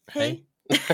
Hej.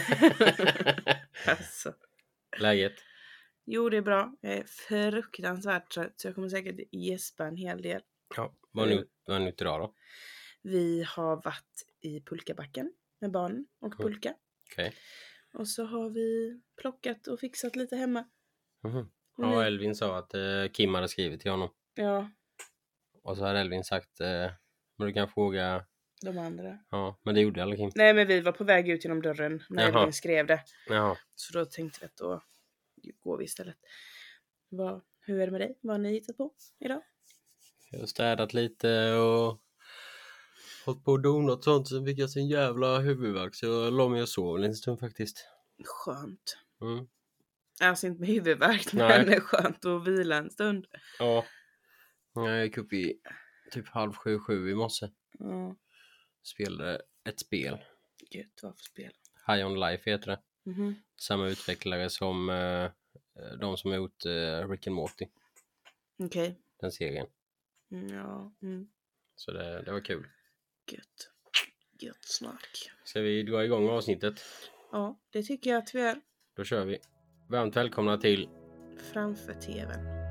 Alltså. Läget? Jo, det är bra. Jag är fruktansvärt trött så jag kommer säkert gäspa en hel del. Ja, vad är nytt idag då? Vi har varit i pulkabacken med barnen och pulka. Okej. Och så har vi plockat och fixat lite hemma. Mhm. Och Ja, ni? Elvin sa att Kim hade skrivit till honom. Ja, Och så hade Elvin sagt, men du kan fråga... de andra. Ja, men det gjorde aldrig Kim. Nej, men vi var på väg ut genom dörren när Jaha. Elvin skrev det. Jaha. Så då tänkte vi att då går vi istället. Hur är det med dig? Vad har ni hittat på idag? Jag har städat lite och hållit på och donat och sånt. Så fick jag sin jävla huvudvärk. Så jag la mig och sov en stund faktiskt. Skönt. Mm. Alltså inte med huvudvärk, Nej. men skönt att vila en stund. Ja. Jag gick upp i typ 6:30 i morse. Ja, Spelade ett spel. gött, vad för spel? High on Life heter det. Mhm. Samma utvecklare som de som har gjort Rick and Morty. Okej. Den serien. Ja, Så det var kul. gött. Gött snack. Ska vi dra igång avsnittet? Ja, det tycker jag att vi är. Då kör vi. Varmt välkomna till Framför tvn.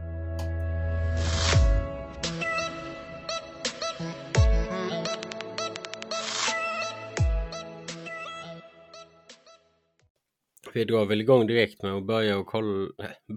Vi drar väl igång direkt med att börja och kolla.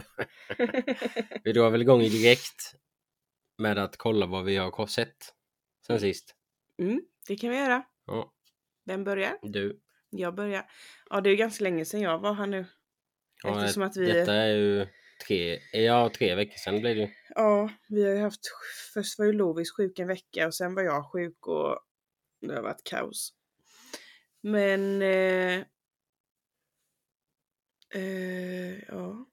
Vi drar väl igång direkt med att kolla vad vi har sett sen sist. Det kan vi göra. Ja, Vem börjar? du. Jag börjar. Ja, det är ju ganska länge sedan jag var här nu. Ja, Eftersom att vi... Detta är ju 3 veckor sedan blev det ju. Ja, vi har ju haft... Först var ju Lovis sjuk en vecka och sen var jag sjuk och det har varit kaos. Men... ja.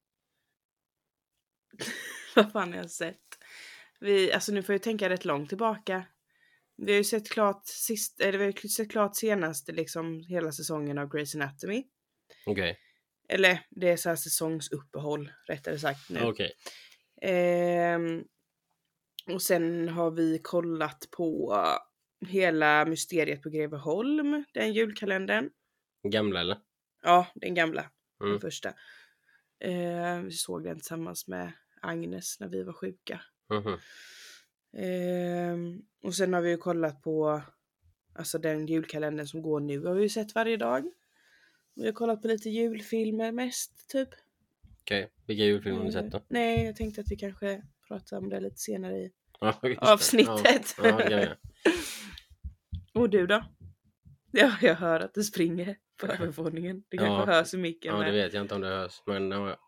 Vad fan har jag sett? Alltså nu får jag tänka rätt långt tillbaka. Vi har ju sett klart vi har ju sett klart senaste liksom hela säsongen av Grey's Anatomy. Okej. Eller det är så här säsongsuppehåll rättare sagt nu. Okej. Och sen har vi kollat på hela mysteriet på Greveholm, den julkalendern. Gamla eller? Ja, den gamla. Den Mm. första. Vi såg den tillsammans med Agnes när vi var sjuka. Mhm. Och sen har vi ju kollat på alltså den julkalendern som går nu har vi ju sett varje dag. Vi har kollat på lite julfilmer mest typ. Okej. Vilka julfilmer har ni sett då? Nej, jag tänkte att vi kanske pratar om det lite senare i Ja, just det. avsnittet. Ja, det kan vi göra. Och du då? Ja, jag hör att du springer på övervåningen. Det kanske hörs i micken. Ja, det vet jag inte om det hörs. Men ja.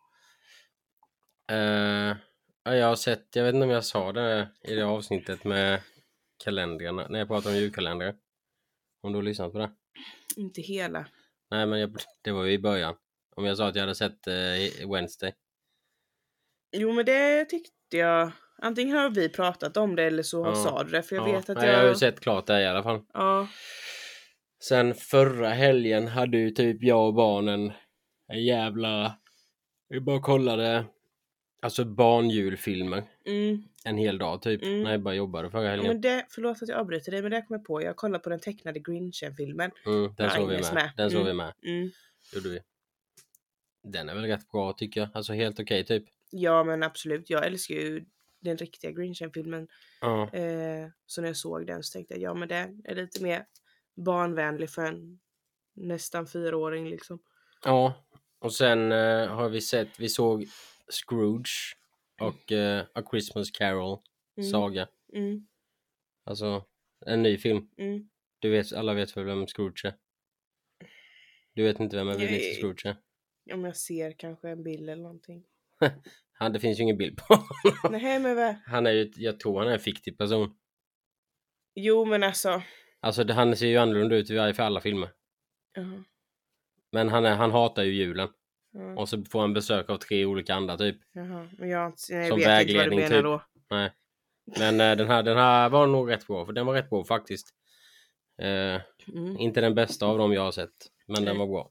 Jag har sett, jag vet inte om jag sa det i det avsnittet med kalendrarna, när jag pratade om julkalendrar. Om du har lyssnat på det? Inte hela. Nej, men det var ju i början. Om jag sa att jag hade sett Wednesday. Jo, men det tyckte jag. Antingen har vi pratat om det eller så sa du det. För jag vet att jag har ju sett klart det i alla fall. Ja. Sen förra helgen hade ju typ jag och barnen en jävla... Vi bara kollade alltså barnjulfilmer. En hel dag typ. När jag bara jobbade förra helgen. Ja, men förlåt att jag avbryter dig, men det kom jag på. Jag kollade på den tecknade Grinchen-filmen. Den såg vi med. Den såg vi med. Gjorde vi. Den är väl rätt bra tycker jag. Alltså helt okej typ. Ja, men absolut. Jag älskar ju den riktiga Grinchen-filmen. Ja. Så när jag såg den så tänkte jag, ja men det är lite mer barnvänlig för en nästan 4-åring liksom. Ja, och sen har vi såg Scrooge och A Christmas Carol saga. Alltså en ny film. Alla vet väl vem Scrooge är? Du vet inte vem Ebenezer Scrooge är? Om jag ser kanske en bild eller någonting. Det finns ju ingen bild på honom. Nej, men vad? Han är ju, jag tror han är en fiktiv person. Jo, men alltså han ser ju annorlunda ut i alla filmer. Men han hatar ju julen. Och så får han besök av 3 olika andra typ. Men jag som vet vägledning inte vad du menar typ. Då. Nej. Men den här var nog rätt bra. För den var rätt bra faktiskt. Inte den bästa av dem jag har sett. Men den var bra.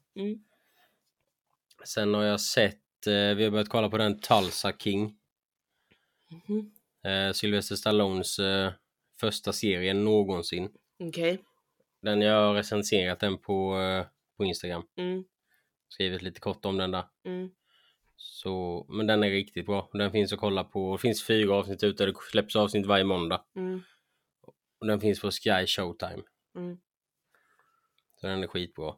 Sen har jag sett. Vi har börjat kolla på den Tulsa King. Sylvester Stallones första serien någonsin. Okej. Den jag har recenserat den på på Instagram. Mm. Skrivit lite kort om den där. Mm. Så, men den är riktigt bra. Den finns att kolla på. Det finns 4 avsnitt ute. Det släpps avsnitt varje måndag. Mm. Och den finns på Sky Showtime. Mm. Så den är skitbra.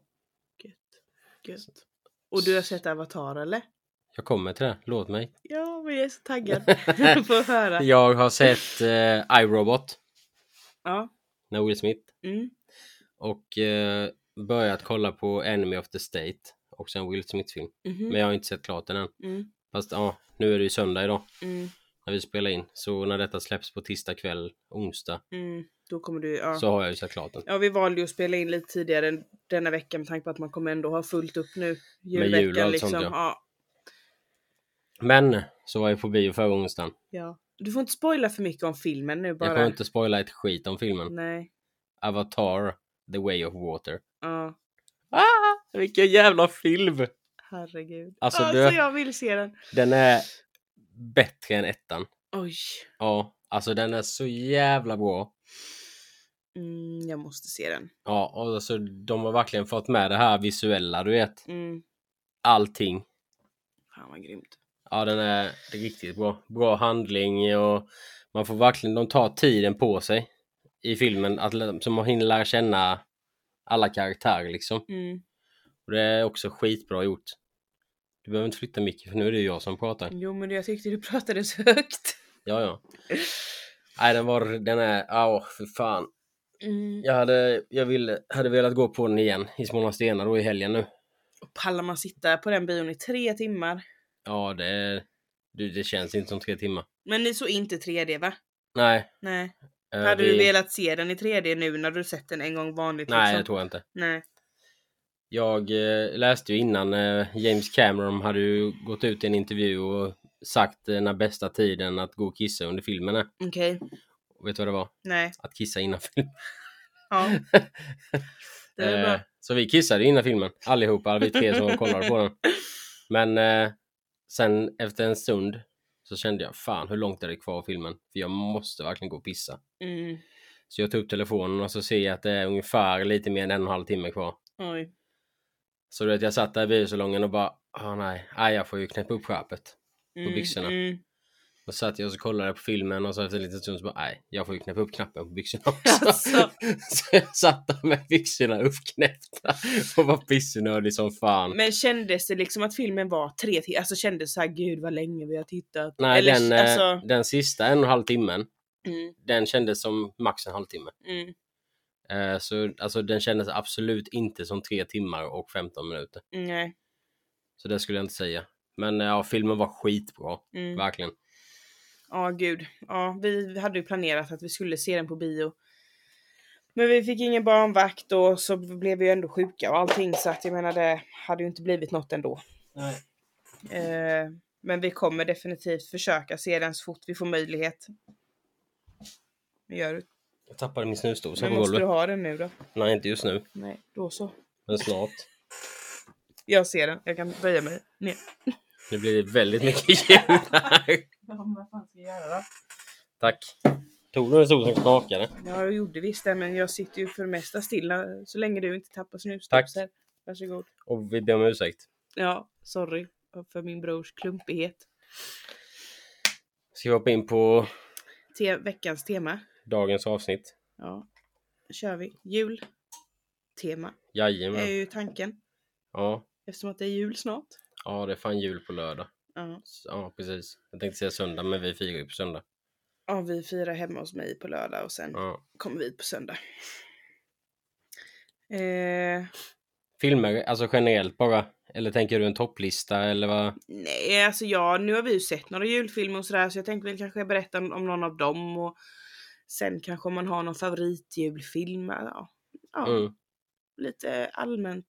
Gött. Och du har sett Avatar eller? Jag kommer till det. Låt mig. Ja, men jag är så taggad på att höra. Jag har sett iRobot. Ja. Med Will Smith. Mm. Och börjat kolla på Enemy of the State. Också en Will Smith-film. Mm-hmm. Men jag har inte sett klart den än. Mm. Fast ja, nu är det ju söndag idag. Mm. När vi spelar in. Så när detta släpps på tisdag kväll, onsdag. Då kommer du, ja. Så har jag ju sett klart den. Ja, vi valde ju att spela in lite tidigare denna vecka med tanke på att man kommer ändå ha fullt upp nu. Med jul och allt liksom. sånt, ja. Ja. Men så var jag på bio förra onsdagen. Ja. Du får inte spoila för mycket om filmen nu bara. Jag kommer inte spoila ett skit om filmen. Nej. Avatar, The Way of Water. Ja. Vilken jävla film! Herregud. Alltså, jag vill se den. Den är bättre än ettan. Oj. Ja, alltså den är så jävla bra. Jag måste se den. Ja, och alltså de har verkligen fått med det här visuella, du vet. Mm. Allting. Fan vad grymt. Ja, den är riktigt bra. Bra handling och man får verkligen, de tar tiden på sig i filmen så man hinner lära känna alla karaktärer liksom. Mm. Och det är också skitbra gjort. Du behöver inte flytta mycket för nu är det jag som pratar. Jo, men jag tyckte du pratade så högt. Ja. Nej, den är, för fan. Mm. Jag hade velat gå på den igen i Smålandsstenar då i helgen nu. Och pallar man sitta på den bion i 3 timmar? Ja, det känns inte som 3 timmar. Men ni så inte 3D va? Nej. Hade du velat se den i 3D nu när du sett den en gång vanligt? Nej, liksom? det tror jag inte. Nej. Jag läste ju innan James Cameron hade ju gått ut i en intervju och sagt den bästa tiden att gå och kissa under filmen är. Okej. Vet du vad det var? Nej. Att kissa innan film. Ja. Det är bra. Så vi kissade innan filmen. Allihopa, vi 3 som kollade på den. Men sen efter en stund så kände jag, fan hur långt är det kvar av filmen? För jag måste verkligen gå och pissa. Mm. Så jag tog upp telefonen och så ser jag att det är ungefär lite mer än 1,5 timme kvar. Oj. Så du vet, jag satt där i biosalongen och bara, nej, jag får ju knäppa upp skärpet på byxorna. Och satt jag och så kollade på filmen och så efter en liten stund så bara, nej, jag får ju knäppa upp knappen på byxorna också. Alltså. Så jag satt där med byxorna uppknäppta och var pissnödig som fan. Men kändes det liksom att filmen var 3 timmar? Alltså kändes så här, gud vad länge vi har tittat. Nej, eller, den sista 1,5 timmen, Mm. den kändes som max en halvtimme. Mm. Så alltså den kändes absolut inte som 3 timmar och 15 minuter. Nej. Så det skulle jag inte säga. Men ja, filmen var skitbra. Verkligen. Ja, gud. Ja, vi hade ju planerat att vi skulle se den på bio. Men vi fick ingen barnvakt och så blev vi ju ändå sjuka och allting. Så att jag menar, det hade ju inte blivit något ändå. Nej. Men vi kommer definitivt försöka se den så fort vi får möjlighet. Gör du? Jag tappade min snusdosa Men på måste golvet. du ha den nu då? Nej, inte just nu. Nej, då så. Men snart. Jag ser den. Jag kan böja mig ner. Nu blir det väldigt mycket ljud här. Ja, vad fan ska jag göra då? Tack. Tog du en stol som knakade? Ja, jag gjorde visst det, men jag sitter ju för det mesta stilla så länge du inte tappar Tack. snusdoser. Varsågod. Och vi ber om ursäkt. Ja, sorry för min brors klumpighet. Ska vi hoppa in på Veckans tema. dagens avsnitt? Ja, kör vi. Jultema är Jajamän. ju tanken. Ja. Eftersom att det är jul snart. Ja, det är fan jul på lördag. Ja. Ja, precis. Jag tänkte säga söndag, men vi firar ju på söndag. Ja, vi firar hemma hos mig på lördag och sen kommer vi på söndag. Filmer, alltså generellt bara? Eller tänker du en topplista eller vad? Nej, alltså nu har vi ju sett några julfilmer och sådär, så jag tänkte väl kanske berätta om någon av dem och sen kanske om man har någon favoritjulfilm. Ja. Lite allmänt.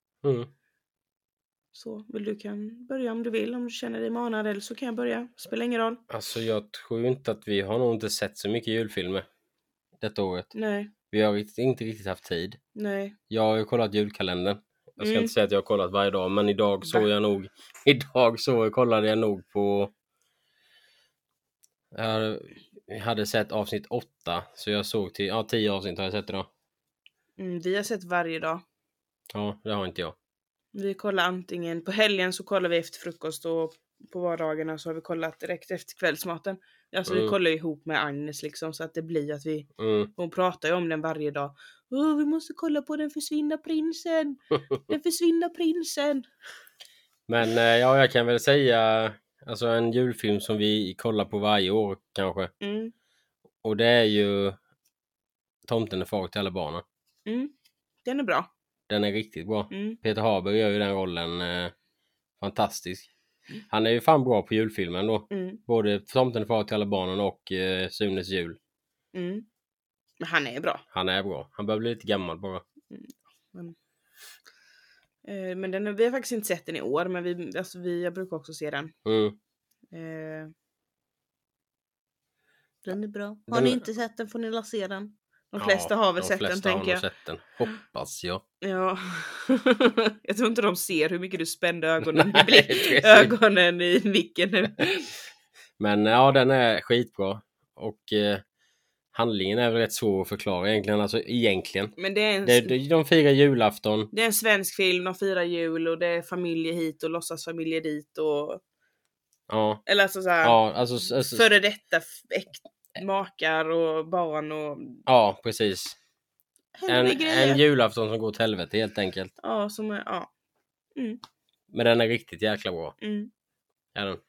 Så du kan börja om du vill, om du känner dig manad, eller så kan jag börja. Spelar ingen roll. Alltså jag tror inte att vi har nog inte sett så mycket julfilmer detta året. Nej. Vi har inte riktigt haft tid. Nej. Jag har ju kollat julkalendern. Jag ska inte säga att jag har kollat varje dag, men idag kollade jag nog på... Jag hade sett avsnitt 8, så jag såg till 10 avsnitt har jag sett idag. Vi har sett varje dag. Ja, det har inte jag. Vi kollar antingen på helgen, så kollar vi efter frukost, och på vardagarna så har vi kollat direkt efter kvällsmaten. Alltså vi kollar ihop med Agnes liksom, så att det blir att vi, hon pratar ju om den varje dag. Vi måste kolla på Den försvinna prinsen. Den försvinna prinsen. Men ja, jag kan väl säga alltså en julfilm som vi kollar på varje år kanske. Och det är ju Tomten är far till alla barnen. Den är bra. Den är riktigt bra. Peter Haber gör ju den rollen fantastisk. Han är ju fan bra på julfilmen då. Både Tomten är far till alla barnen och Sunes jul. Men han är bra. Han är bra. Han börjar bli lite gammal bara. Men vi har faktiskt inte sett den i år, men jag brukar också se den. Den är bra. Har ni inte sett den får ni se den. De flesta har väl sett den, tänker jag. Sett den. Hoppas jag. Ja. Jag tror inte de ser hur mycket du spände ögonen i micken nu. Men ja, den är skitbra. Och handlingen är väl rätt svår att förklara egentligen. Alltså egentligen. Men de firar julafton. Det är en svensk film, de firar jul och det är familjer hit och låtsasfamiljer dit och... Ja. Eller alltså såhär... Ja, alltså före detta makar och barn och... Ja, precis. En julafton som går till helvete helt enkelt. Ja, som är... Ja. Men den är riktigt jäkla bra. Ja, den.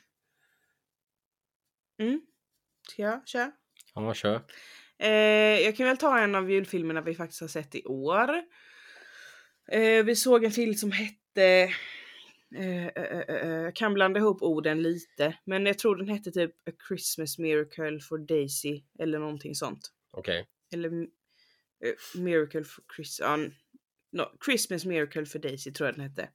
Ska jag köra? Ja, kör. Jag kan väl ta en av julfilmerna vi faktiskt har sett i år. Vi såg en film som hette... Jag kan blanda ihop orden lite, men jag tror den hette typ A Christmas Miracle for Daisy eller någonting sånt. Okej. Eller Miracle for Christmas Miracle for Daisy tror jag den hette.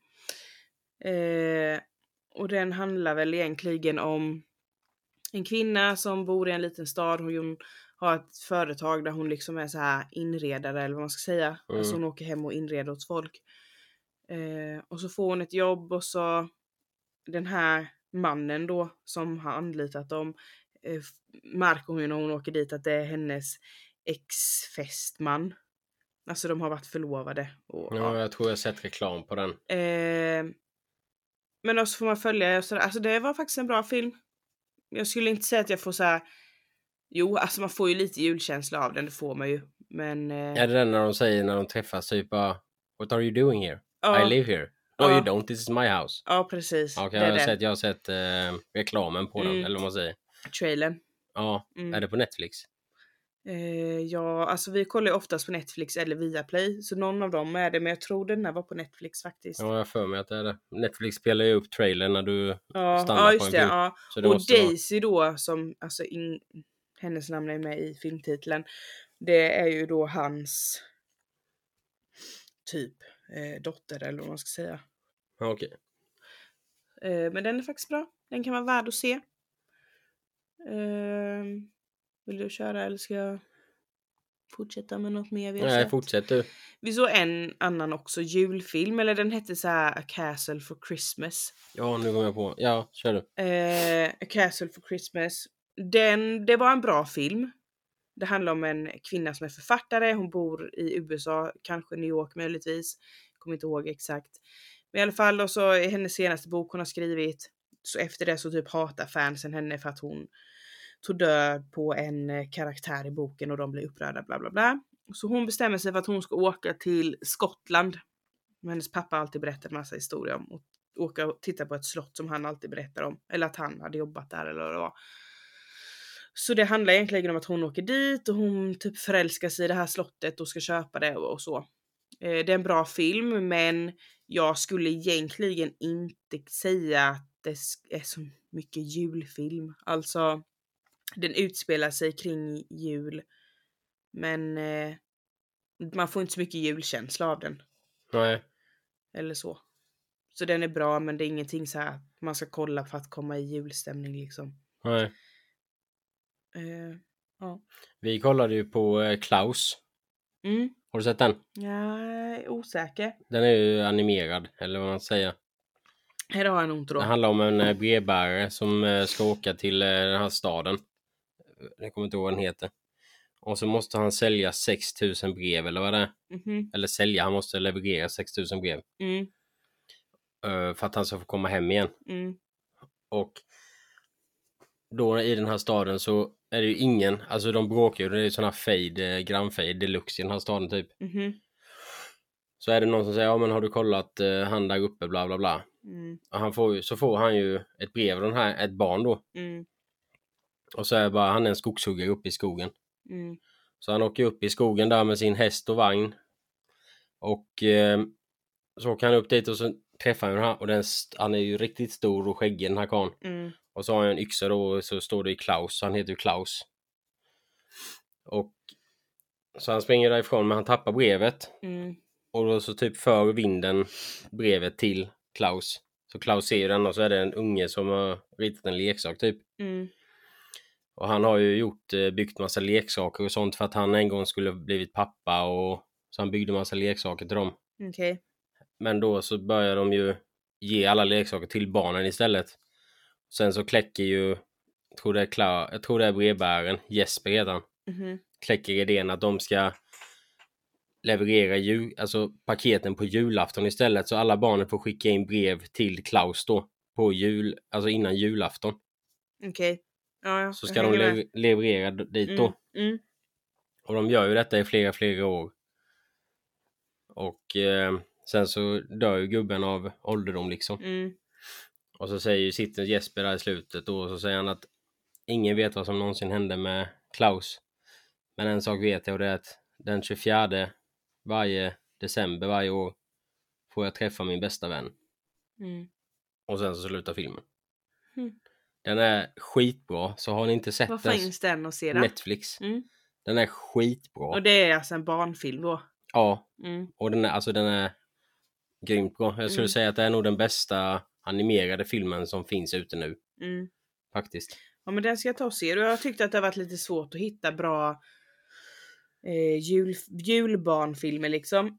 Och den handlar väl egentligen om en kvinna som bor i en liten stad. Hon har ett företag där hon liksom är så här inredare eller vad man ska säga. Alltså hon åker hem och inreder åt folk. Och så får hon ett jobb och så den här mannen då som har anlitat dem märker hon ju när hon åker dit att det är hennes ex-fästman. Alltså de har varit förlovade. Och, ja, jag tror jag har sett reklam på den. Men också får man följa, alltså det var faktiskt en bra film. Jag skulle inte säga att jag får så här. Jo, alltså man får ju lite julkänsla av den, det får man ju. Men... Är det den när de säger när de träffas typ what are you doing here? I live here. No you don't, this is my house. Ja, precis. Okay, jag har sett reklamen på den, eller vad man säger. Trailern. Ja, är det på Netflix? Ja, alltså vi kollar ju oftast på Netflix eller Viaplay. Så någon av dem är det, men jag tror den här var på Netflix faktiskt. Ja, jag för mig att det är det. Netflix spelar ju upp trailern när du stannar just på en det, film. ja. Så det och Daisy då, som alltså hennes namn är med i filmtiteln. Det är ju då hans typ dotter eller vad man ska säga. Okej. Men den är faktiskt bra. Den kan vara värd att se. Vill du köra eller ska jag fortsätta med något mer vi har sett? Nej, fortsätt du. Vi såg en annan också julfilm, eller den hette så här A Castle for Christmas. Ja, nu går jag på. Ja, kör du. A Castle for Christmas. Det var en bra film. Det handlar om en kvinna som är författare. Hon bor i USA, kanske New York möjligtvis. Kommer inte ihåg exakt. Men i alla fall då så är hennes senaste bok hon har skrivit. Så efter det så typ hatar fansen henne för att hon tog död på en karaktär i boken och de blir upprörda bla bla bla. Så hon bestämmer sig för att hon ska åka till Skottland. Hennes pappa alltid berättar en massa historier om. Och åka och titta på ett slott som han alltid berättar om. Eller att han hade jobbat där eller vad det var. Så det handlar egentligen om att hon åker dit och hon typ förälskar sig i det här slottet och ska köpa det och så. Det är en bra film, men jag skulle egentligen inte säga att det är så mycket julfilm. Alltså, den utspelar sig kring jul, men man får inte så mycket julkänsla av den. Nej. Eller så. Så den är bra, men det är ingenting så här man ska kolla för att komma i julstämning liksom. Nej. Ja. Vi kollade ju på Klaus. Har du sett den? Ja, jag är osäker. Den är ju animerad, eller vad man säger. Här har jag nog inte då. Det handlar om en brevbärare som ska åka till den här staden. Jag kommer inte ihåg vad den heter. Och så måste han sälja 6000 brev eller vad det är. Eller sälja, han måste leverera 6000 brev. För att han ska få komma hem igen. Och då i den här staden så är det ju ingen, alltså de bråkar ju, det är ju sådana fade, grannfade deluxe i den här staden typ. Så är det någon som säger, ja men har du kollat han där uppe, bla bla bla. Och så får han ju ett brev av den här, ett barn då. Och så är bara, han är en skogshuggare uppe i skogen. Så han åker upp i skogen där med sin häst och vagn. Och så åker han upp dit och så träffar han den här. Och han är ju riktigt stor och skäggig den här karln. Och så har han en yxa då och så står det i Klaus. Han heter ju Klaus. Och så han springer därifrån men han tappar brevet. Och då så typ för vinden brevet till Klaus. Så Klaus ser den och så är det en unge som har ritat en leksak typ. Och han har ju byggt massa leksaker och sånt för att han en gång skulle blivit pappa. Och så han byggde massa leksaker till dem. Men då så börjar de ju ge alla leksaker till barnen istället. Sen så kläcker ju, jag tror det är brevbäraren, Jesper redan. Kläcker idén att de ska leverera alltså paketen på julafton istället. Så alla barnen får skicka in brev till Klaus då på alltså innan julafton. Ja, så ska de leverera dit då. Och de gör ju detta i flera år. Och sen så dör ju gubben av ålderdom liksom. Och så sitter Jesper där i slutet då, och så säger han att ingen vet vad som någonsin hände med Klaus. Men en sak vet jag, och det är att den 24 varje december varje år får jag träffa min bästa vän. Och sen så slutar filmen. Den är skitbra, så har ni inte sett den? Vad finns den att se då? Netflix. Den är skitbra. Och det är alltså en barnfilm då? Ja, och den är grymt bra. Jag skulle säga att det är nog den bästa animerade filmen som finns ute nu. Faktiskt. Ja, men den ska jag ta och se. Jag har tyckt att det har varit lite svårt att hitta bra julbarnfilmer liksom.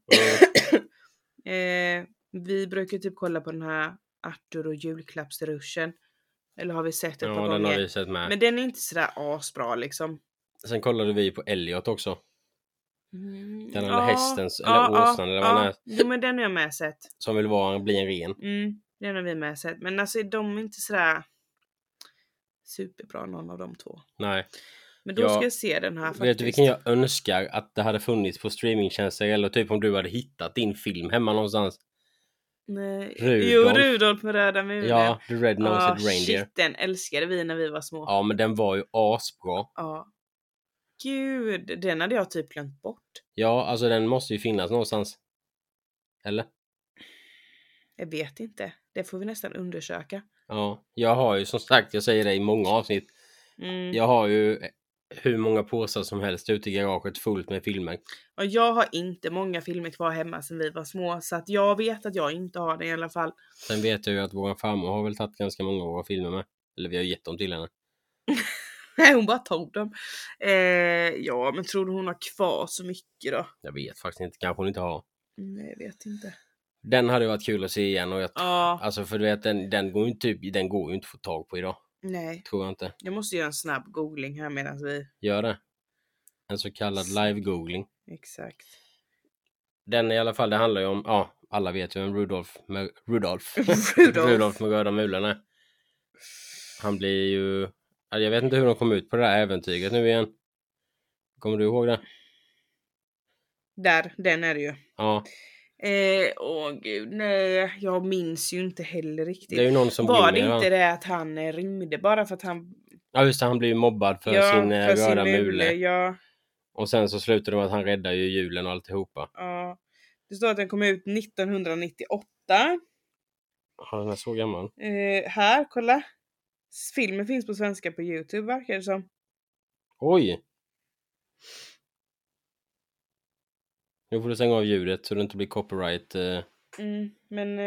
Vi brukar typ kolla på den här Arthur och julklappsruschen. Eller har vi sett ett par gånger? Ja, den har vi sett med. Men den är inte sådär asbra liksom. Sen kollade vi på Elliot också. Den här hästens, eller åsnan eller vad den är. Jo, men den har jag med sett. Som vill bli en ren. Den har vi med sett. Men alltså de är inte sådär superbra någon av de två. Nej. Men då ska jag se den här faktiskt. Vet du vilken jag önskar att det hade funnits på streamingtjänster? Eller typ om du hade hittat din film hemma någonstans. Nej. Rudolf. Jo, Rudolf med röda mulen. Ja, The Red-Nosed Reindeer. Shit, den älskade vi när vi var små. Ja, men den var ju asbra. Ja. Gud, den hade jag typ glömt bort. Ja, alltså den måste ju finnas någonstans. Eller? Jag vet inte. Det får vi nästan undersöka. Ja, jag har ju som sagt, jag säger det i många avsnitt. Jag har ju hur många påsar som helst ute i garaget fullt med filmer. Och jag har inte många filmer kvar hemma sedan vi var små. Så att jag vet att jag inte har det i alla fall. Sen vet jag ju att vår farmor har väl tagit ganska många av våra filmer med. Eller vi har gett dem till henne. Nej, hon bara tog dem. Ja, men tror du hon har kvar så mycket då? Jag vet faktiskt inte, kanske hon inte har. Nej, jag vet inte. Den hade varit kul att se igen. Och alltså för du vet, den går ju inte att få tag på idag. Nej. Tror jag inte. Jag måste göra en snabb googling här medan vi... Gör det. En så kallad live-googling. Exakt. Den i alla fall, det handlar ju om... alla vet ju vem Rudolf med röda mulen är. Han blir ju... Jag vet inte hur de kom ut på det där äventyret nu igen. Kommer du ihåg det? Den är det ju. Ja. Gud, nej, jag minns ju inte heller riktigt. Det är ju någon som var det inte det att han rymde bara för att han... Ja just det, han blev ju mobbad för sin röda mule. Ja. Och sen så slutade det med att han räddar ju julen och alltihopa. Ja. Det står att den kom ut 1998. Ja, den är så gammal. Här, kolla. Filmen finns på svenska på YouTube, verkar det som. Oj! Nu får du stänga av ljudet så det inte blir copyright. Men...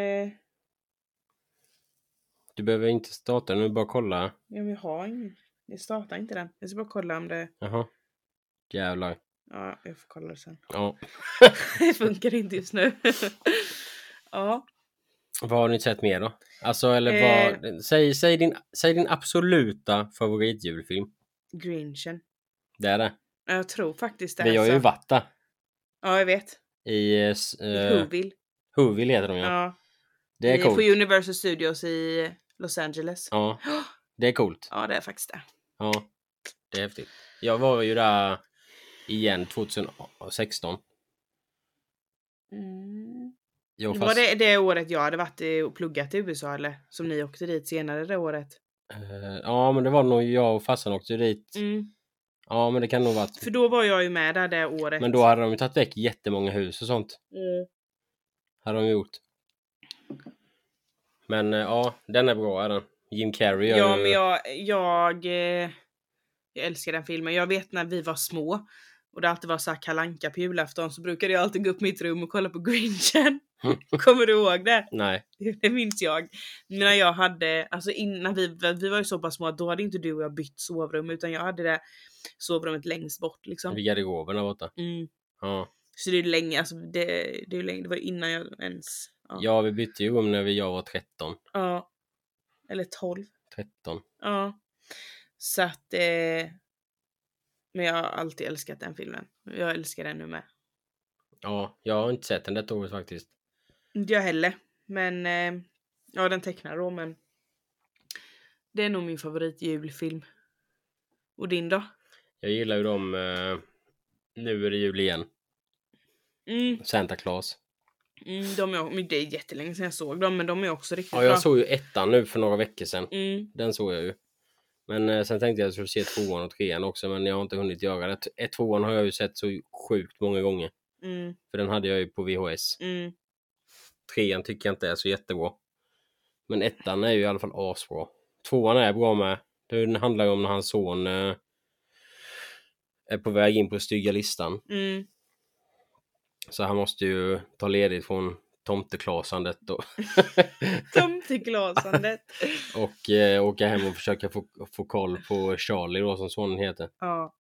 Du behöver inte starta, nu bara kolla. Ja, men jag har ingen. Jag startar inte den. Jag ska bara kolla om det... Jaha. Jävlar. Ja, jag får kolla det sen. Ja. Det funkar inte just nu. Ja. Vad har ni sett mer då? Alltså, eller säg din absoluta favoritjulfilm. Grinchen. Det är det? Jag tror faktiskt det. Vi har ju varit där. Ja, jag vet. I Whoville. Whoville heter de, ja. Ja. Det är coolt. På Universal Studios i Los Angeles. Ja, det är coolt. Ja, det är faktiskt det. Ja, det är häftigt. Jag var ju där igen 2016. Var det året jag hade varit och pluggat i USA, eller? Som ni åkte dit senare det året? Ja, men det var nog jag och farsan åkte dit. Ja, men det kan nog varit. För då var jag ju med där det året. Men då hade de ju tagit väck jättemånga hus och sånt. Hade de gjort. Men ja, den är bra, är den. Jim Carrey. Ja, men jag älskar den filmen. Jag vet när vi var små och det alltid var så här Kalle Anka på julafton, så brukade jag alltid gå upp i mitt rum och kolla på Grinchen. Kommer du ihåg det? Nej. Det minns jag. När jag hade, alltså innan vi var ju så pass små att då hade inte du och jag bytt sovrum, utan jag hade det sovrummet längst bort liksom. Vid garderoben där borta. Ja. Så det är länge, alltså det är länge, det var innan jag ens. Ja, vi bytte ju rum när jag var 13. Ja. Eller 12. 13. Ja. Så att men jag har alltid älskat den filmen. Jag älskar den nu med. Ja, jag har inte sett den detta året faktiskt. Inte jag heller. Men ja, den tecknar då, men det är nog min favorit julfilm. Och din då? Jag gillar ju dem Nu är det jul igen. Santa Claus. Men det är jättelänge sedan jag såg dem, men de är också riktigt bra. Ja, jag såg ju ettan nu för några veckor sedan. Den såg jag ju. Men sen tänkte jag att jag skulle se tvåan och trean också, men jag har inte hunnit göra det. Tvåan har jag ju sett så sjukt många gånger. För den hade jag ju på VHS. Trean tycker jag inte är så jättebra. Men ettan är ju i alla fall asbra. Tvåan är bra med. Det handlar ju om när hans son är på väg in på stygga listan. Så han måste ju ta ledigt från tomteklasandet då. Tomteklasandet. Och åka hem och försöka få koll på Charlie då, som sonen heter. Ja.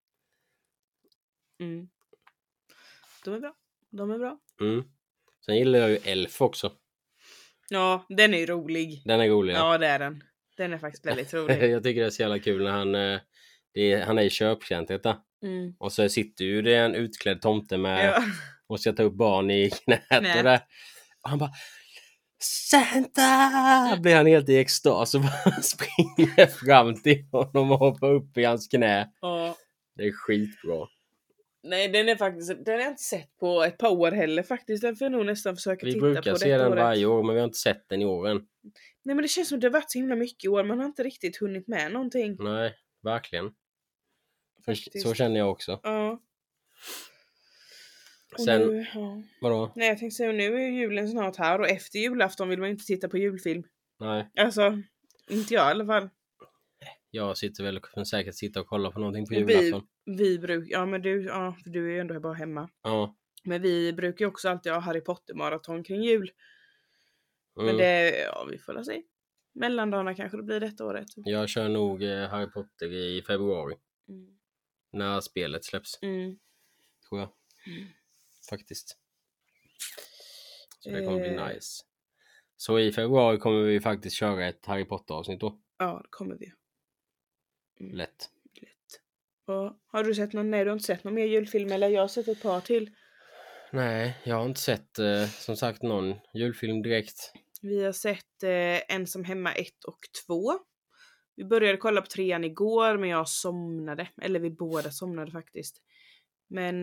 De är bra. Sen gillar jag ju Elf också. Ja, den är ju rolig. Den är rolig. Ja, det är den. Den är faktiskt väldigt rolig. Jag tycker det är så jävla kul när han är i köpcentret. Och så sitter ju det en utklädd tomte med och ska ta upp barn i knät och där. Och han bara Santa! Blir han helt i extas och bara springer fram till honom och hoppar upp i hans knä. Ja. Det är skitbra. Nej, den har jag inte sett på ett par år heller faktiskt. Den får jag nog nästan försöka titta på. Vi brukar se den varje år, men vi har inte sett den i åren. Nej, men det känns som att det har varit så himla mycket i år. Man har inte riktigt hunnit med någonting. Nej, verkligen. Så känner jag också. Ja. Och sen, nu, vadå? Nej, jag tänkte säga, nu är julen snart här och efter julafton vill man inte titta på julfilm. Nej. Alltså, inte jag i alla fall. Jag sitter väl säkert sitta och kolla på någonting på julafton. Vi brukar, för du är ju ändå bara hemma. Ja. Men vi brukar ju också alltid ha Harry Potter-maraton kring jul. Men vi får se. Mellandagarna kanske det blir detta året. Jag kör nog Harry Potter i februari. När spelet släpps. Tror jag. Faktiskt. Så det kommer bli nice. Så i februari kommer vi faktiskt köra ett Harry Potter-avsnitt då. Ja, det kommer vi. Lätt. Och har du sett någon? Nej, du har inte sett någon mer julfilm, eller jag har sett ett par till. Nej, jag har inte sett som sagt någon julfilm direkt. Vi har sett Ensam hemma 1 och 2. Vi började kolla på 3:an igår, men jag somnade. Eller vi båda somnade faktiskt. Men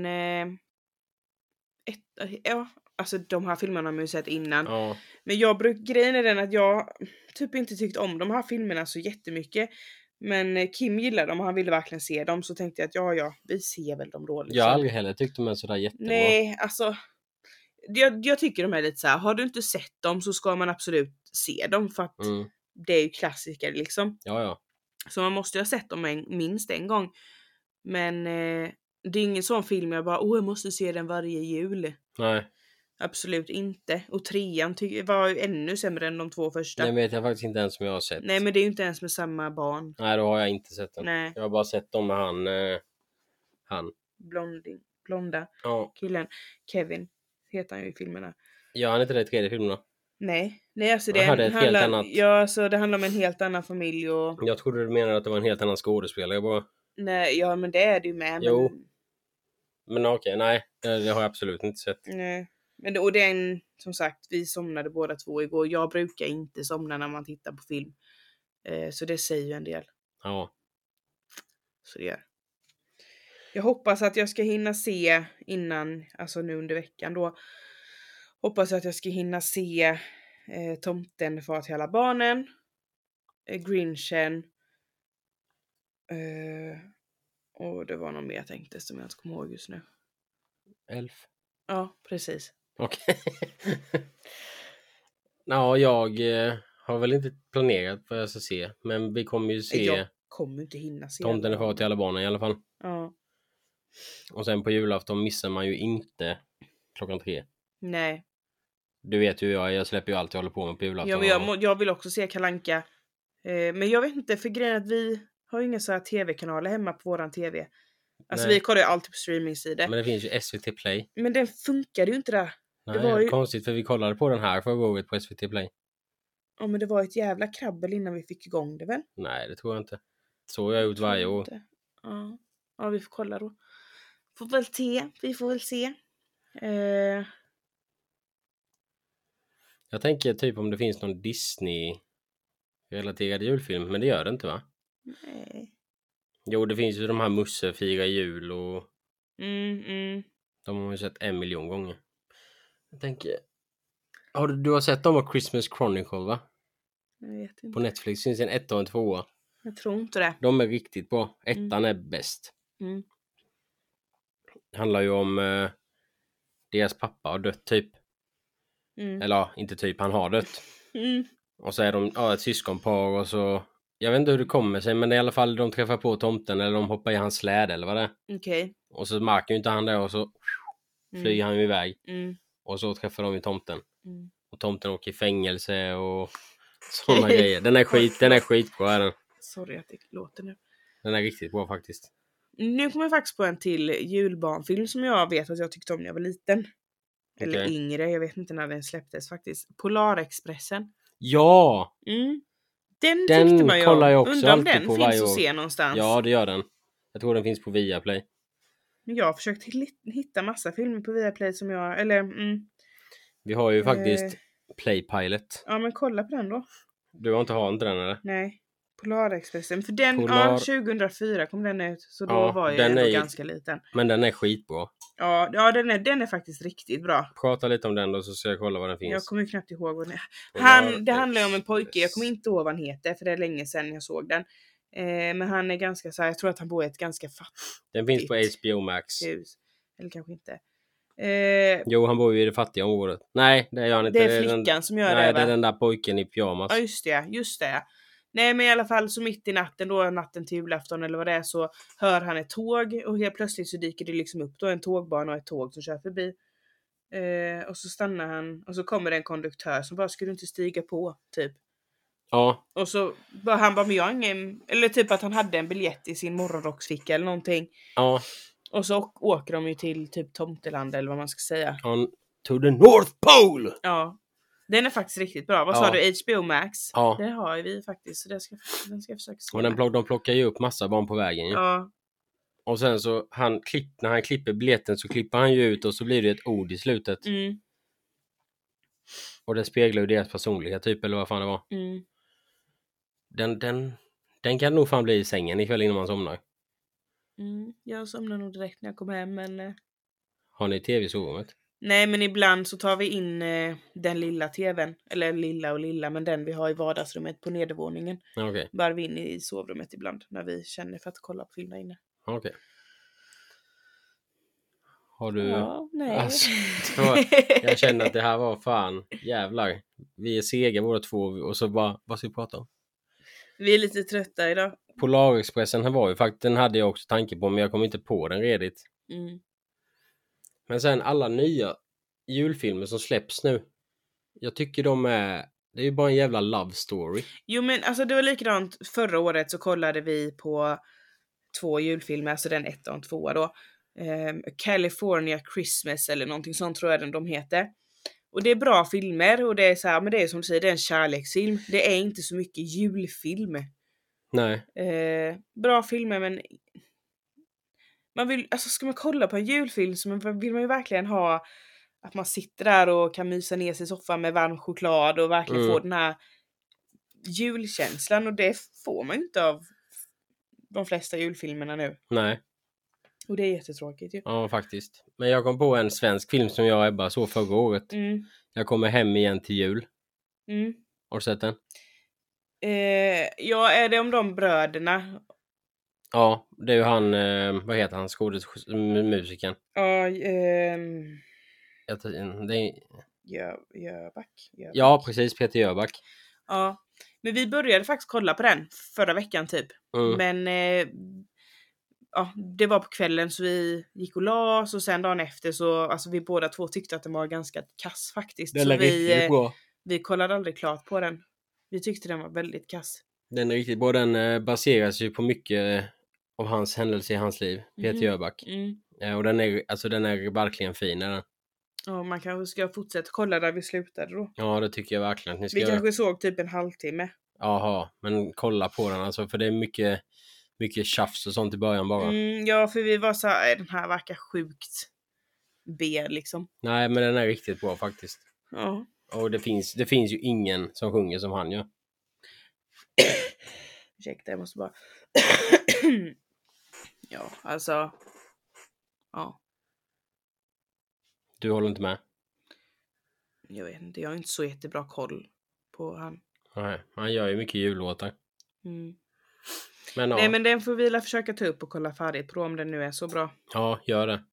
alltså de här filmerna har man ju sett innan. Ja. Men grejen är den att jag typ inte tyckt om de här filmerna så jättemycket. Men Kim gillade dem och han ville verkligen se dem. Så tänkte jag att vi ser väl dem då. Liksom. Jag har aldrig heller tyckt de är sådär jättebra. Nej, alltså jag tycker de är lite så här. Har du inte sett dem så ska man absolut se dem. För att det är ju klassiker liksom. Ja. Så man måste ju ha sett dem minst en gång. Men det är ingen sån film jag bara, jag måste se den varje jul. Nej. Absolut inte. Och 3:an var ju ännu sämre än de 2 första. Det vet jag faktiskt inte ens om jag har sett. Nej, men det är ju inte ens med samma barn. Nej, då har jag inte sett den. Nej. Jag har bara sett dem med han. Blonda killen. Kevin heter han ju i filmerna. Ja, han är inte det i 3:e filmerna. Nej, alltså det handlar om en helt annan familj och... Jag trodde du menade att det var en helt annan skådespelare bara. Nej, ja men det är det ju med. Jo. Men okej, nej. Det har jag absolut inte sett. Nej. Men och det är en, som sagt, vi somnade båda två igår. Jag brukar inte somna när man tittar på film. Så det säger ju en del. Ja. Så det gör. Jag hoppas att jag ska hinna se innan, alltså nu under veckan då. Hoppas att jag ska hinna se Tomten far till alla barnen. Grinchen. Och det var något mer jag tänkte som jag inte kommer ihåg just nu. Elf. Ja, precis. Okej. Ja, jag har väl inte planerat vad jag ska se. Men vi kommer ju se... Jag kommer inte hinna se Tomten är far till alla barnen i alla fall. Ja. Och sen på julafton missar man ju inte 3:00. Nej. Du vet ju jag släpper ju allt jag håller på med på julafton. Ja, men jag vill också se Kalle Anka. Men jag vet inte, för grejen att vi har inga så här tv-kanaler hemma på våran tv. Alltså vi kollar ju alltid på streamingsidor. Men det finns ju SVT Play. Men den funkade ju inte där. Nej, det var ju konstigt för vi kollade på den här förra året på SVT Play. Ja, men det var ett jävla krabbel innan vi fick igång det väl? Nej, det tror jag inte. Så jag har gjort varje år. Ja, vi får kolla då. Vi får väl se. Jag tänker typ om det finns någon Disney-relaterad julfilm, men det gör det inte, va? Nej. Jo, det finns ju de här Musse fira jul och... De har man ju sett 1 miljon gånger. Jag tänker... Du har sett dem av Christmas Chronicle, va? Jag vet inte. På Netflix finns en 1 och en 2. Jag tror inte det. De är riktigt bra. 1 är bäst. Det handlar ju om deras pappa har dött typ. Eller inte typ, han har dött. Och så är de ett syskonpar och så... Jag vet inte hur det kommer sig, men i alla fall de träffar på tomten eller de hoppar i hans släde eller vad det är. Okej. Och så märker ju inte han det och så flyger han ju iväg. Och så träffar de ju tomten. Och tomten åker i fängelse och sådana grejer. Den är skitbra är den. Sorry att det låter nu. Den är riktigt bra faktiskt. Nu kommer jag faktiskt på en till julbarnfilm som jag vet att jag tyckte om när jag var liten. Eller yngre, jag vet inte när den släpptes faktiskt. Polarexpressen. Ja! Den tyckte man ju kollar jag också. Undrar om alltid den på finns varje att år. se någonstans. Ja, det gör den. Jag tror den finns på Viaplay. Men jag har försökt hitta massa filmer på Viaplay som jag... Eller... Vi har ju faktiskt Playpilot. Ja, men kolla på den då. Du har inte den eller? Nej. Polarexpressen. För den... Ja, 2004 kom den ut. Så då var jag ändå ganska liten. Men den är skitbra. Ja, den är faktiskt riktigt bra. Prata lite om den då så ska jag kolla vad den finns. Jag kommer knappt ihåg vad den är. Det handlar ju om en pojke. Jag kommer inte ihåg vad han heter för det är länge sedan jag såg den. Men han är ganska så här, jag tror att han bor i ett ganska fattigt Den finns på HBO Max. hus. Eller kanske inte. Jo, han bor ju i det fattiga området. Nej, det gör han inte. Det är flickan som gör det. Nej, det är den där pojken i pyjamas. Ja, just det. Nej, men i alla fall så mitt i natten då, natten till julafton eller vad det är, så hör han ett tåg och helt plötsligt så dyker det liksom upp då en tågbana och ett tåg som kör förbi. Och så stannar han och så kommer det en konduktör som bara, skulle inte stiga på typ. Ja. Och så han bara, men jag har ingen, eller typ att han hade en biljett i sin morgonrocksficka eller någonting. Ja. Och så åker de ju till typ Tomteland eller vad man ska säga. On to the North Pole! Ja. Den är faktiskt riktigt bra. Vad sa du? HBO Max? Ja. Det har vi faktiskt. Så den ska jag försöka se. Och de plockar ju upp massa barn på vägen. Ja. Och sen så när han klipper biljetten så klipper han ju ut och så blir det ett ord i slutet. Och det speglar ju deras personlighet typ, eller vad fan det var. Den kan nog fan bli i sängen ikväll innan man somnar. Jag somnar nog direkt när jag kommer hem, men... Har ni tv i sovrummet? Nej, men ibland så tar vi in den lilla tvn. Eller lilla, men den vi har i vardagsrummet på nedervåningen. Okej. Bara vi in i sovrummet ibland när vi känner för att kolla på film där inne. Okej. Har du... Ja, nej. Alltså, jag känner att det här var fan jävlar. Vi är sega båda två och så bara, vad ska vi prata om? Vi är lite trötta idag. Polarexpressen här var ju faktiskt, den hade jag också tanke på, men jag kom inte på den redigt. Men sen alla nya julfilmer som släpps nu, jag tycker det är ju bara en jävla love story. Jo, men alltså det var likadant förra året, så kollade vi på 2 julfilmer, alltså den 1 och en 2 då. California Christmas eller någonting sånt tror jag de heter. Och det är bra filmer och det är så här, men det är som du säger, det är en kärleksfilm. Det är inte så mycket julfilm. Nej. Bra filmer, men man vill, alltså ska man kolla på en julfilm så vill man ju verkligen ha att man sitter där och kan mysa ner sig i soffan med varm choklad och verkligen få den här julkänslan, och det får man ju inte av de flesta julfilmerna nu. Nej. Och det är jättetråkigt ju. Ja, faktiskt. Men jag kom på en svensk film som jag och Ebba såg förra året. Jag kommer hem igen till jul. Har du sett den? Ja, är det om de bröderna? Ja, det är ju han, vad heter han, musikern? Ja, Jöback. Ja, precis, Peter Jöback. Ja, men vi började faktiskt kolla på den förra veckan typ. Men ja, det var på kvällen så vi gick och la oss, och sen dagen efter så, alltså vi båda två tyckte att den var ganska kass faktiskt. Den är riktigt bra. Vi kollade aldrig klart på den. Vi tyckte den var väldigt kass. Den är riktigt bra, den baseras ju på mycket av hans händelse i hans liv, Peter Jöback. Och den är verkligen fin, är den. Ja, man kanske ska fortsätta kolla där vi slutade då. Ja, det tycker jag verkligen att ni ska Vi kanske såg typ en halvtimme. Jaha, men kolla på den alltså, för det är mycket tjafs och sånt i början bara. Ja, för vi var så här, den här verkar sjukt B liksom. Nej, men den är riktigt bra faktiskt. Ja. Och det finns ju ingen som sjunger som han gör. Ursäkta, jag måste bara... Ja, alltså... Ja. Du håller inte med? Jag vet inte, jag har inte så jättebra koll på han. Nej, han gör ju mycket jullåtar. Men, nej, men den får vi försöka ta upp och kolla färdigt på om den nu är så bra. Ja, gör det.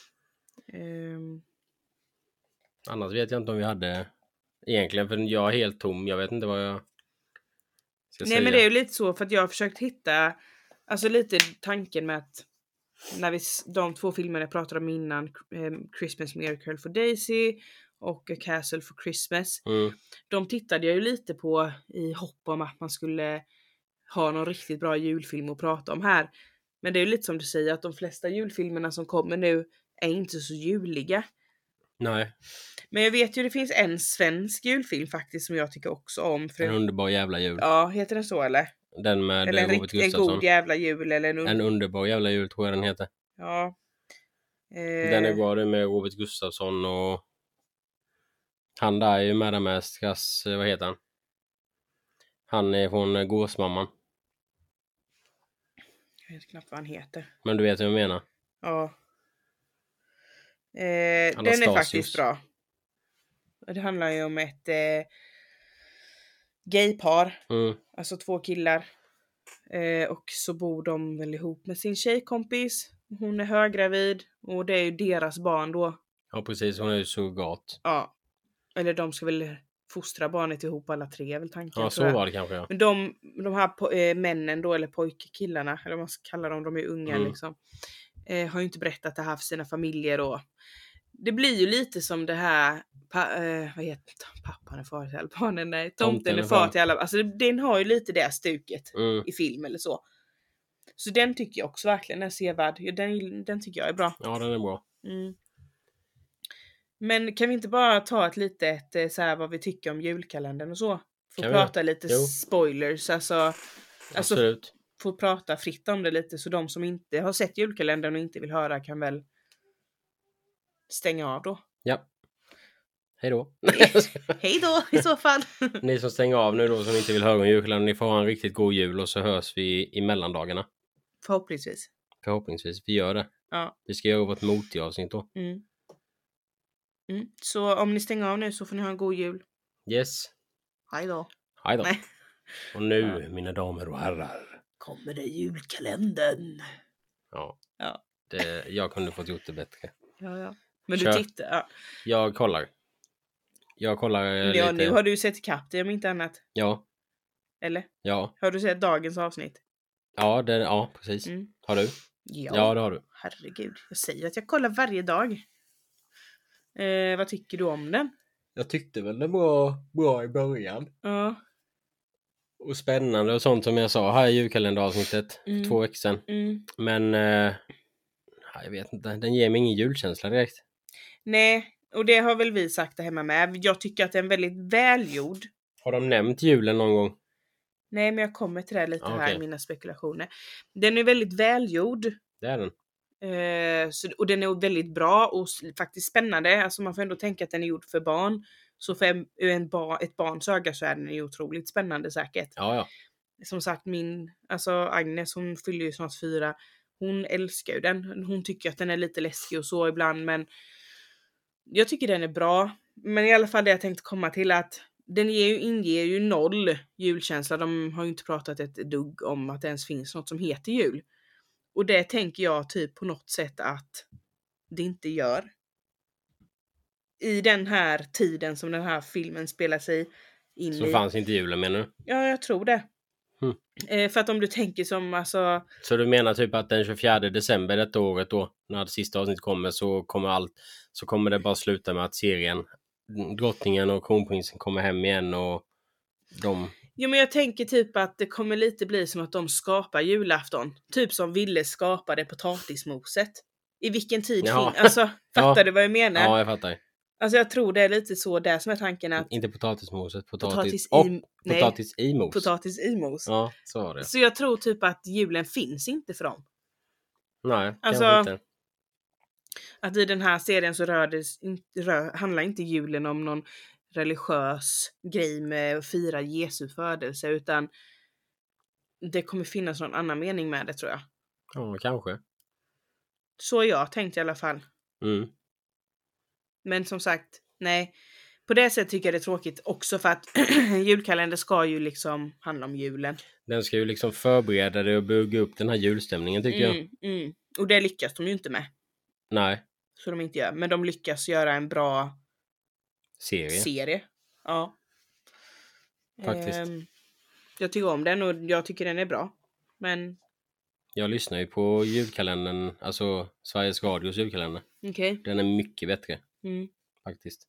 Annars vet jag inte om vi hade... Egentligen, för jag är helt tom. Jag vet inte vad jag ska säga. Men det är ju lite så, för att jag har försökt hitta... Alltså lite tanken med att... När de två filmerna jag pratade om innan, Christmas Miracle for Daisy och A Castle for Christmas. De tittade jag ju lite på i hopp om att man skulle ha någon riktigt bra julfilm att prata om här. Men det är ju lite som du säger, att de flesta julfilmerna som kommer nu är inte så juliga. Nej. Men jag vet ju, det finns en svensk julfilm faktiskt som jag tycker också om. En underbar jävla jul. Ja, heter den så eller? Den med eller Robert Gustafsson. En god jävla jul eller en underbar jävla jul tror jag den heter. Ja. Den är bra, det med Robert Gustafsson och han där är ju med vad heter han? Han är från Gåsmamman. Jag vet knappt vad han heter. Men du vet vad jag menar? Ja. Den är faktiskt bra. Det handlar ju om ett gaypar. Alltså 2 killar. Och så bor de väl ihop med sin tjejkompis. Hon är höggravid. Och det är ju deras barn då. Ja precis, hon är ju surrogat. Ja. Eller de ska väl fostra barnet ihop alla 3 är väl tanken. Ja, så var det kanske. Ja. Men de här männen då, eller pojkkillarna, eller vad man ska kalla dem, de är unga liksom. Har ju inte berättat det här för sina familjer, och det blir ju lite som det här vad heter pappan är far till alla barnen, nej, tomten är far till alla, alltså den har ju lite det stuket i film eller så. Så den tycker jag också verkligen är sevärd. Den tycker jag är bra. Ja, den är bra. Men kan vi inte bara ta ett litet så här vad vi tycker om julkalendern och så? Få prata lite spoilers, alltså absolut. Få prata fritt om det lite, så de som inte har sett julkalendern och inte vill höra kan väl stänga av då. Ja. Hej då. Hej då i så fall. Ni som stänger av nu då, som inte vill höra om julkalendern, ni får ha en riktigt god jul, och så hörs vi i mellandagarna. Förhoppningsvis. Vi gör det. Ja. Vi ska göra vårt motivavsnitt då. Så om ni stänger av nu så får ni ha en god jul. Yes. Hej då. Nej. Och nu, mina damer och herrar, kommer det julkalendern. Ja. Jag kunde fått gjort det bättre. Ja. Men du tittar. Ja. Jag kollar lite. Nu har du sett ikapp det om inte annat. Ja. Eller? Ja. Har du sett dagens avsnitt? Ja, precis. Har du? Ja, det har du. Herregud, jag säger att jag kollar varje dag. Vad tycker du om den? Jag tyckte väl det var bra i början. Ja. Och spännande och sånt, som jag sa här i julkalenderavsnittet för 2 veckor sedan. Men jag vet inte, den ger mig ingen julkänsla direkt. Nej, och det har väl vi sagt det hemma med. Jag tycker att den är väldigt välgjord. Har de nämnt julen någon gång? Nej, men jag kommer till det lite här i mina spekulationer. Den är väldigt välgjord. Det är den. Och den är väldigt bra och faktiskt spännande. Alltså man får ändå tänka att den är gjord för barn. Så för ett barns öga så är den ju otroligt spännande säkert. Ja. Som sagt, Agnes, hon fyller ju snart 4. Hon älskar ju den. Hon tycker att den är lite läskig och så ibland, men jag tycker den är bra. Men i alla fall det jag tänkte komma till att den inger ju 0 julkänsla. De har ju inte pratat ett dugg om att det ens finns något som heter jul. Och det tänker jag typ på något sätt att det inte gör. I den här tiden som den här filmen spelar sig in i. Så fanns inte julen, menar du? Ja, jag tror det. För att om du tänker som alltså... Så du menar typ att den 24 december detta året då, när det sista avsnittet kommer, så kommer det bara sluta med att serien Drottningen och Kronprinsen kommer hem igen och de... Jo, men jag tänker typ att det kommer lite bli som att de skapar julafton. Typ som Ville skapade potatismoset. I vilken tid alltså, fattar du vad jag menar? Ja, jag fattar. Alltså jag tror det är lite så där som är tanken att... Inte potatismoset, potatis i mos. Potatis i mos. Ja, så var det. Så jag tror typ att julen finns inte för dem. Nej, alltså, kanske inte. Att i den här serien så handlar inte julen om någon religiös grej med att fira Jesu födelse, utan det kommer finnas någon annan mening med det, tror jag. Ja, kanske. Så jag tänkte i alla fall. Men som sagt, nej. På det sättet tycker jag det är tråkigt också för att julkalender ska ju liksom handla om julen. Den ska ju liksom förbereda dig och bygga upp den här julstämningen, tycker jag. Och det lyckas de ju inte med. Nej. Så de inte gör. Men de lyckas göra en bra serie. Ja. Faktiskt. Jag tycker om den och jag tycker den är bra. Men... Jag lyssnar ju på julkalendern, alltså Sveriges Radios julkalender. Okay. Den är mycket bättre. Faktiskt.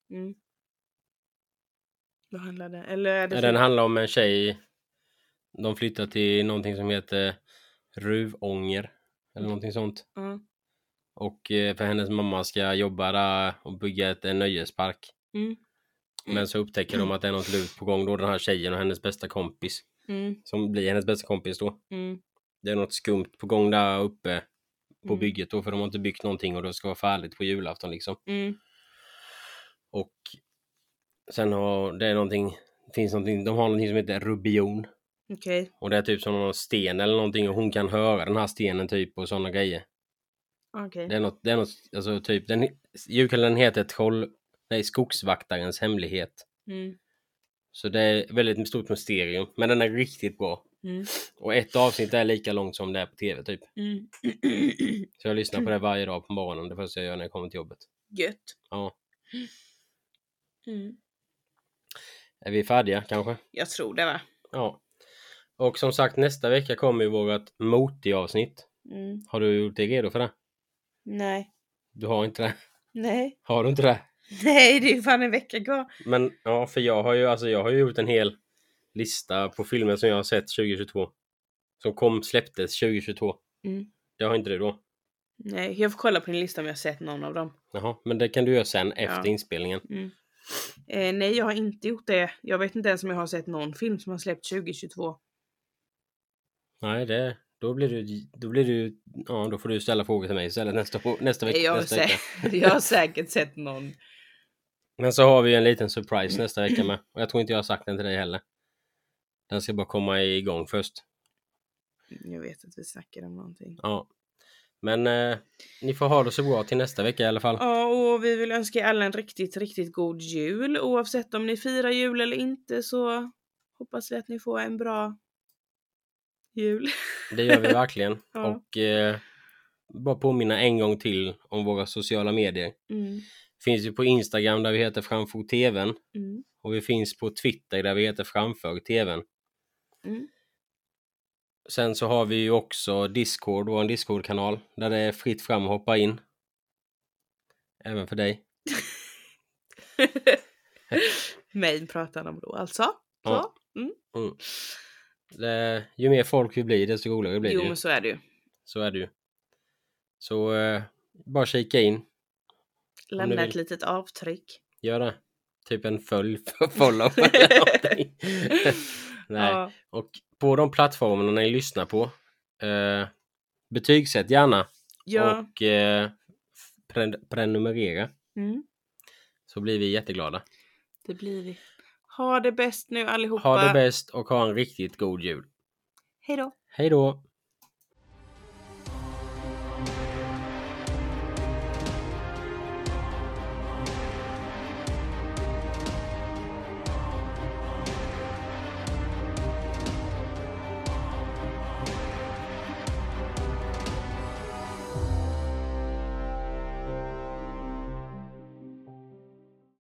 Vad handlar det? Eller är det den handlar om en tjej. De flyttar till någonting som heter Ruvånger. Eller någonting sånt. Och för hennes mamma ska jobba där och bygga ett nöjespark. Men så upptäcker de att det är något lut på gång då, den här tjejen och hennes bästa kompis. Som blir hennes bästa kompis då. Det är något skumt på gång där uppe på bygget då, för de har inte byggt någonting och det ska vara färdigt på julafton liksom. Och sen har det finns någonting, de har någonting som heter rubion. Okay. Och det är typ som någon sten eller någonting och hon kan höra den här stenen typ och sådana grejer. Okay. Det är något alltså typ, julkalendern heter Skogsvaktarens hemlighet. Så det är väldigt stort mysterium, men den är riktigt bra. Och ett avsnitt är lika långt som det är på tv typ. Så jag lyssnar på det varje dag på morgonen, det första jag gör när jag kommer till jobbet. Gött. Ja. Är vi färdiga kanske? Jag tror det, va? Ja. Och som sagt, nästa vecka kommer ju vårt motig-avsnitt. Har du gjort dig redo för det? Nej. Du har inte det? Nej. Har du inte det? Nej, det är fan en vecka kvar. Men ja, för jag har ju gjort en hel lista på filmer som jag har sett 2022. Som släpptes 2022. Det har inte det då? Nej, jag får kolla på din lista om jag har sett någon av dem. Jaha, men det kan du göra sen efter inspelningen. Nej, jag har inte gjort det. Jag vet inte ens om jag har sett någon film som har släppt 2022. Nej, då får du ställa frågor till mig istället nästa vecka. Jag har säkert sett någon. Men så har vi en liten surprise nästa vecka med. Och jag tror inte jag har sagt den till dig heller. Den ska bara komma igång först. Jag vet att vi snackar om någonting. Ja. Men ni får ha det så bra till nästa vecka i alla fall. Ja, och vi vill önska alla en riktigt, riktigt god jul. Oavsett om ni firar jul eller inte så hoppas vi att ni får en bra jul. Det gör vi verkligen. Ja. Och bara påminna en gång till om våra sociala medier. Finns ju på Instagram där vi heter Framför TV:n. Och vi finns på Twitter där vi heter Framför TV:n. Sen så har vi ju också Discord, vår Discord-kanal, där det är fritt fram att hoppa in. Även för dig. Mig pratar de då alltså. Ja. Ju mer folk vi blir, desto roligare blir det. Jo, men så är det ju. Så är det ju. Så bara kika in. Lämna ett litet avtryck. Gör det. Typ en follow eller någonting. Nej. Ja. Och på de plattformarna ni lyssnar på, betygsätt gärna Ja. Och prenumerera. Så blir vi jätteglada. Det blir vi. Ha det bäst nu allihopa. Ha det bäst och ha en riktigt god jul. Hej då. Hej då.